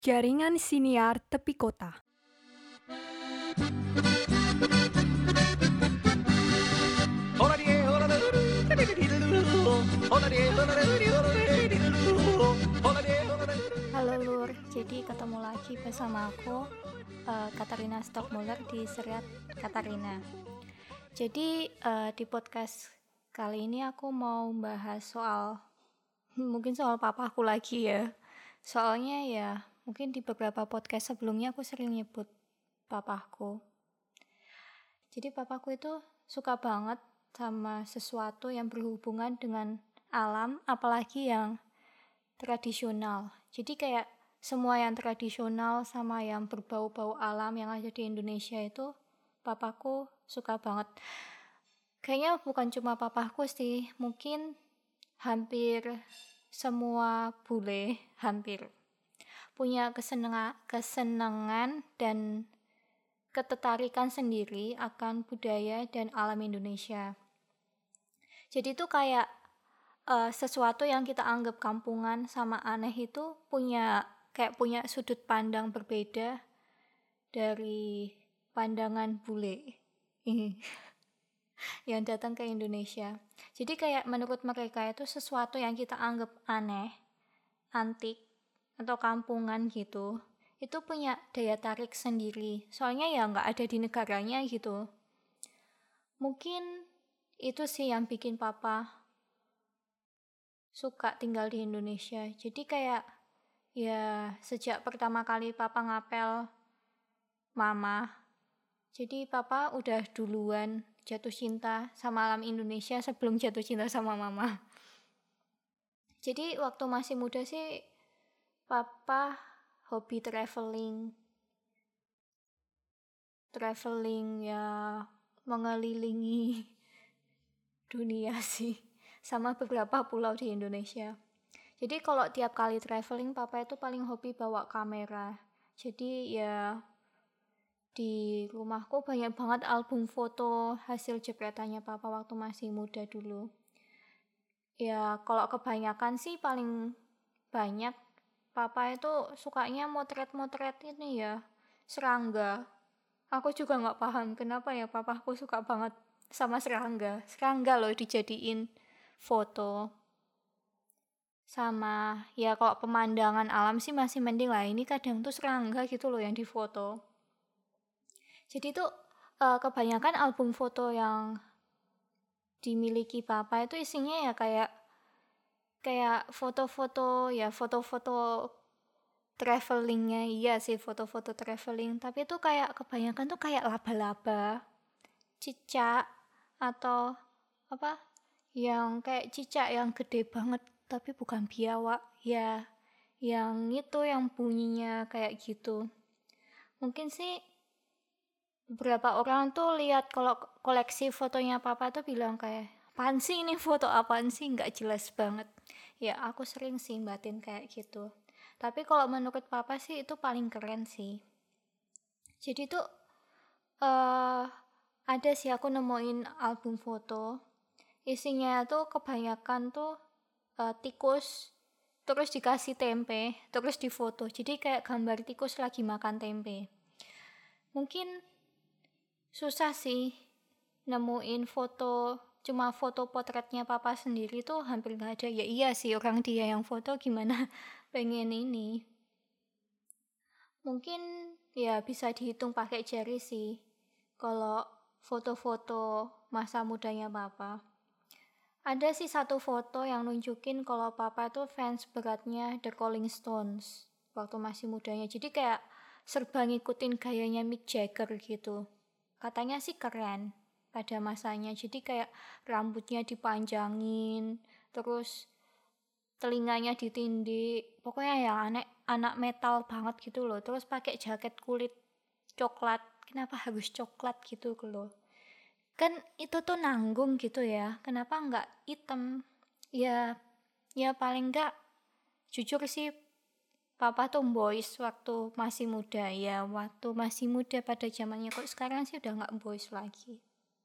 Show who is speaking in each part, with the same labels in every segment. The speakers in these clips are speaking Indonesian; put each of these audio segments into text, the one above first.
Speaker 1: Jaringan Siniar Tepi Kota.
Speaker 2: Halo Lur, jadi ketemu lagi bersama aku, Katarina Stockmuller di Seriat Katarina. Jadi di podcast kali ini aku mau bahas mungkin soal papaku lagi ya. Soalnya ya mungkin di beberapa podcast sebelumnya aku sering nyebut papaku. Jadi papaku itu suka banget sama sesuatu yang berhubungan dengan alam, apalagi yang tradisional. Jadi kayak semua yang tradisional sama yang berbau-bau alam yang ada di Indonesia itu papaku suka banget. Kayaknya bukan cuma papaku sih, mungkin hampir semua bule punya kesenangan dan ketertarikan sendiri akan budaya dan alam Indonesia. Jadi itu kayak sesuatu yang kita anggap kampungan sama aneh itu punya sudut pandang berbeda dari pandangan bule yang datang ke Indonesia. Jadi kayak menurut mereka itu sesuatu yang kita anggap aneh, antik, atau kampungan gitu, itu punya daya tarik sendiri. Soalnya ya nggak ada di negaranya gitu. Mungkin itu sih yang bikin papa suka tinggal di Indonesia. Jadi kayak ya sejak pertama kali papa ngapel mama, jadi papa udah duluan jatuh cinta sama alam Indonesia sebelum jatuh cinta sama mama. Jadi waktu masih muda sih papa hobi traveling ya, mengelilingi dunia sih, sama beberapa pulau di Indonesia. Jadi kalau tiap kali traveling papa itu paling hobi bawa kamera. Jadi ya di rumahku banyak banget album foto hasil jepretannya papa waktu masih muda dulu. Ya kalau kebanyakan sih paling banyak papa itu sukanya motret-motret ini ya, serangga. Aku juga gak paham kenapa ya papaku suka banget sama serangga. Serangga loh dijadiin foto. Sama ya kalau pemandangan alam sih masih mending lah, ini kadang tuh serangga gitu loh yang difoto. Jadi tuh kebanyakan album foto yang dimiliki papa itu isinya ya kayak foto-foto travelingnya. Iya sih, foto-foto traveling, tapi tuh kayak kebanyakan tuh kayak laba-laba, cicak, atau apa yang kayak cicak yang gede banget tapi bukan biawak ya, yang itu yang bunyinya kayak gitu. Mungkin sih beberapa orang tuh lihat kalau koleksi fotonya papa tuh bilang kayak, apaan sih ini, foto apaan sih, nggak jelas banget. Ya aku sering sih batin kayak gitu, tapi kalau menurut papa sih itu paling keren sih. Jadi tuh ada sih aku nemuin album foto, isinya tuh kebanyakan tuh tikus terus dikasih tempe terus difoto. Jadi kayak gambar tikus lagi makan tempe. Mungkin susah sih nemuin cuma foto potretnya papa sendiri tuh hampir gak ada. Ya iya sih, orang dia yang foto gimana pengen ini. Mungkin ya bisa dihitung pakai jari sih kalau foto-foto masa mudanya papa. Ada sih satu foto yang nunjukin kalau papa tuh fans beratnya The Rolling Stones waktu masih mudanya. Jadi kayak serba ngikutin gayanya Mick Jagger gitu. Katanya sih keren pada masanya. Jadi kayak rambutnya dipanjangin, terus telinganya ditindik. Pokoknya ya anak metal banget gitu loh. Terus pakai jaket kulit coklat. Kenapa harus coklat gitu loh? Kan itu tuh nanggung gitu ya. Kenapa enggak hitam? Ya paling enggak, jujur sih papa tuh boys waktu masih muda ya, waktu masih muda pada zamannya. Kok sekarang sih udah nggak boys lagi.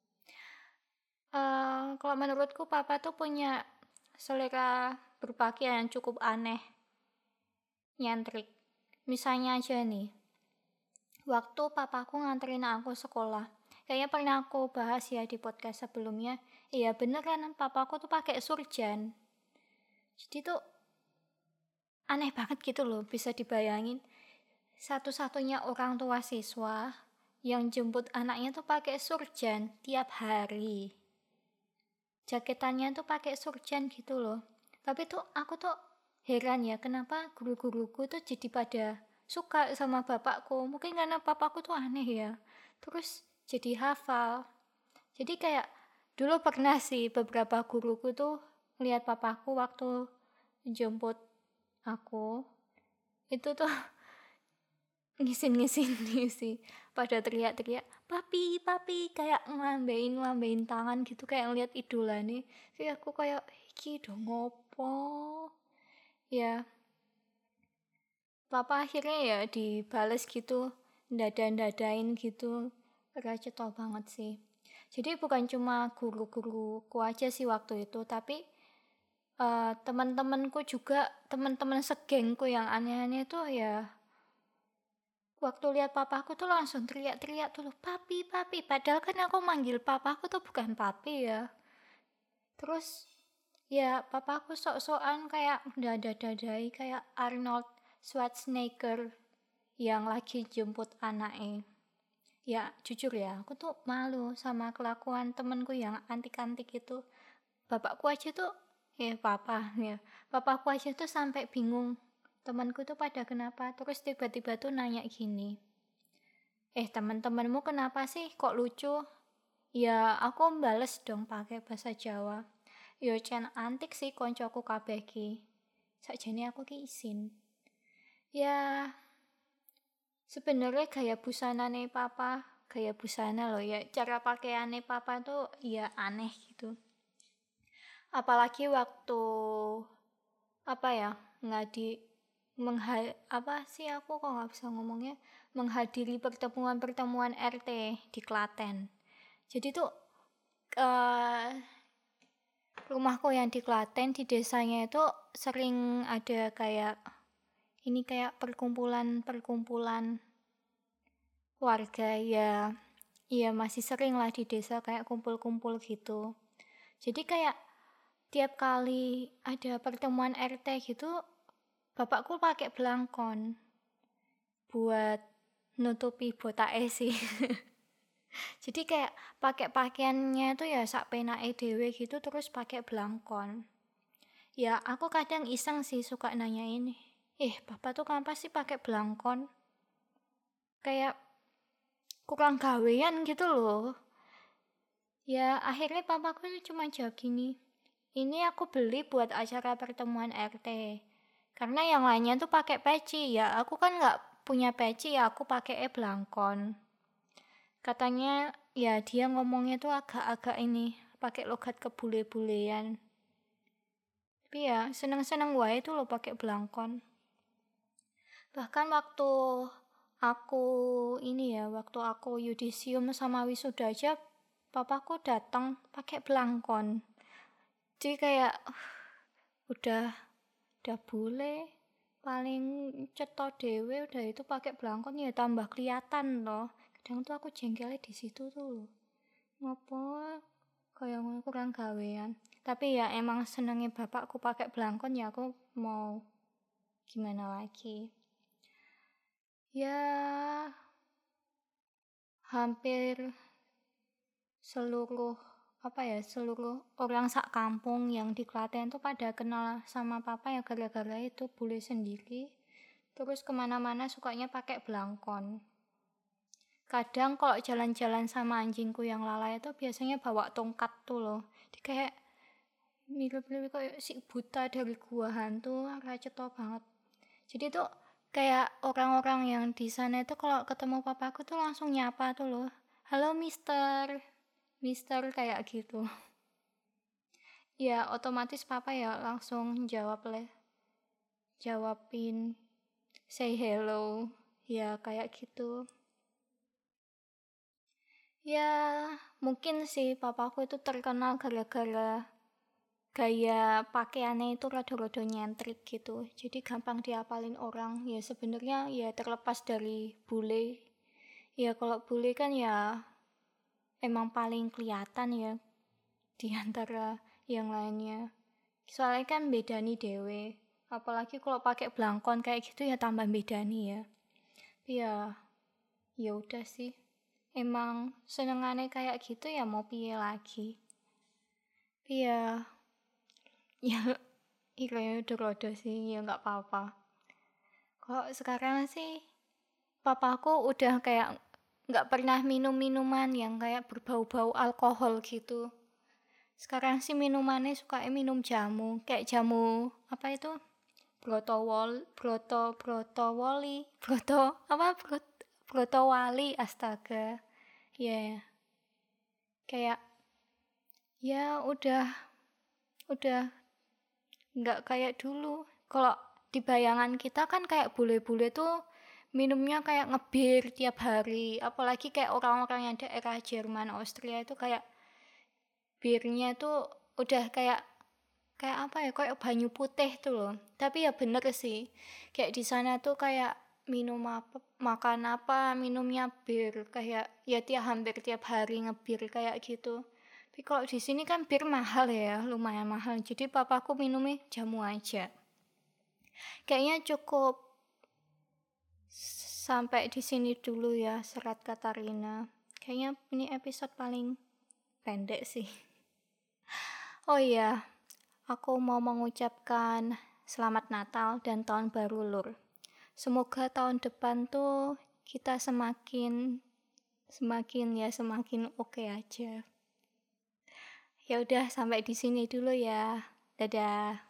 Speaker 2: Kalau menurutku papa tuh punya selera berpakaian yang cukup aneh, nyentrik. Misalnya aja nih, waktu papaku nganterin aku sekolah. Kayaknya pernah aku bahas ya di podcast sebelumnya. Iya bener kan, papaku tuh pakai surjan. Jadi tuh aneh banget gitu loh, bisa dibayangin. Satu-satunya orang tua siswa yang jemput anaknya tuh pakai surjan tiap hari. Jaketannya tuh pakai surjan gitu loh. Tapi tuh aku tuh heran ya, kenapa guru-guruku tuh jadi pada suka sama bapakku. Mungkin karena bapakku tuh aneh ya. Terus jadi hafal. Jadi kayak dulu pernah sih beberapa guruku tuh lihat papaku waktu jemput aku. Itu tuh ngisin-ngisin sih pada teriak-teriak papi papi, kayak ngelambein tangan gitu, kayak ngeliat idola nih. Jadi aku kayak iki dong ngopo ya. Papa akhirnya ya dibales gitu, dadain gitu. Racetol banget sih. Jadi bukan cuma guru-guruku aja sih waktu itu, tapi teman-temanku juga, teman-teman segengku yang aneh-aneh tuh ya. Waktu lihat papaku tuh langsung teriak-teriak tuh, papi, papi. Padahal kan aku manggil papaku tuh bukan papi ya. Terus ya papaku sok-sokan kayak dada-dadai kayak Arnold Schwarzenegger yang lagi jemput anaknya. Ya jujur ya, aku tuh malu sama kelakuan temenku yang antik-antik itu. Bapakku aja tuh, papaku aja tuh sampai bingung. Temanku tuh pada kenapa? Terus tiba-tiba tuh nanya gini, teman-temanmu kenapa sih kok lucu? Ya aku bales dong pakai bahasa Jawa. Yo cen antik sih koncoku kabeh ki. Sakjane aku ki isin. Ya sebenarnya gaya busanane papa, gaya busana loh ya, cara pakaiannya papa tuh ya aneh gitu. Apalagi waktu apa ya, ngadi apa sih, aku kok nggak bisa ngomongnya, menghadiri pertemuan-pertemuan RT di Klaten. Jadi tuh rumahku yang di Klaten, di desanya itu sering ada kayak perkumpulan warga ya. Iya masih sering lah di desa kayak kumpul-kumpul gitu. Jadi kayak tiap kali ada pertemuan RT gitu, bapakku pakai belangkon buat nutupi botake sih. Jadi kayak pakai pakaiannya tuh ya sak penake dhewe gitu, terus pakai belangkon. Ya aku kadang iseng sih suka nanyain, bapak tuh kenapa sih pakai belangkon? Kayak kurang gawean gitu loh. Ya akhirnya papaku cuma jawab gini, ini aku beli buat acara pertemuan RT. Karena yang lainnya tuh pakai peci, ya aku kan nggak punya peci, ya aku pakai belangkon. Katanya ya dia ngomongnya tuh agak-agak pakai logat kebule-bulean. Tapi ya seneng-seneng wae tuh lo pakai belangkon. Bahkan waktu waktu aku yudisium sama wisuda aja, papaku datang pakai belangkon. Jadi kayak udah bule, paling cetok dewe udah itu pakai belangkon ya tambah kelihatan loh. Kadang tuh aku jengkelnya di situ tuh. Ngopo kayak kurang gawean. Tapi ya emang senengnya bapakku pakai belangkon, ya aku mau gimana lagi. Ya hampir seluruh orang sak kampung yang di Klaten tuh pada kenal sama papa ya gara-gara itu bule sendiri. Terus kemana-mana sukanya pakai belangkon. Kadang kalau jalan-jalan sama anjingku yang lalai itu biasanya bawa tongkat tuh loh. Dia kayak mirip-mirip kayak si buta dari gua hantu, raceto banget. Jadi tuh kayak orang-orang yang di sana itu kalau ketemu papaku tuh langsung nyapa tuh loh. Halo mister kayak gitu. Ya otomatis papa ya langsung jawabin say hello. Ya kayak gitu. Ya mungkin sih papaku itu terkenal gara-gara gaya pakaiannya itu rada-rada nyentrik gitu. Jadi gampang diapalin orang. Ya sebenarnya ya terlepas dari bule. Ya kalau bule kan ya emang paling kelihatan ya di antara yang lainnya. Soalnya kan bedani dewe. Apalagi kalau pakai blangkon kayak gitu ya tambah bedani ya. Ya, ya udah sih. Emang senengannya kayak gitu ya mau piye lagi. Ya, ya iya udah rodo sih, ya nggak apa-apa. Kalau sekarang sih papaku udah kayak nggak pernah minum minuman yang kayak berbau-bau alkohol gitu. Sekarang sih minumannya suka minum jamu, kayak jamu apa itu? Brotowali, astaga. Ya, kayak ya udah nggak kayak dulu. Kalau di bayangan kita kan kayak bule-bule tuh minumnya kayak ngebir tiap hari, apalagi kayak orang-orang yang daerah Jerman, Austria itu kayak birnya tuh udah kayak apa ya, kayak banyu putih tuh loh. Tapi ya bener sih, kayak di sana tuh kayak minum apa, makan apa, minumnya bir, kayak ya hampir tiap hari ngebir kayak gitu. Tapi kalau di sini kan bir mahal ya, lumayan mahal. Jadi papaku minumnya jamu aja. Kayaknya cukup sampai di sini dulu ya Serat Katarina. Kayaknya ini episode paling pendek sih. Oh iya, aku mau mengucapkan selamat Natal dan Tahun Baru Lur. Semoga tahun depan tuh kita semakin oke aja. Ya udah sampai di sini dulu ya. Dadah.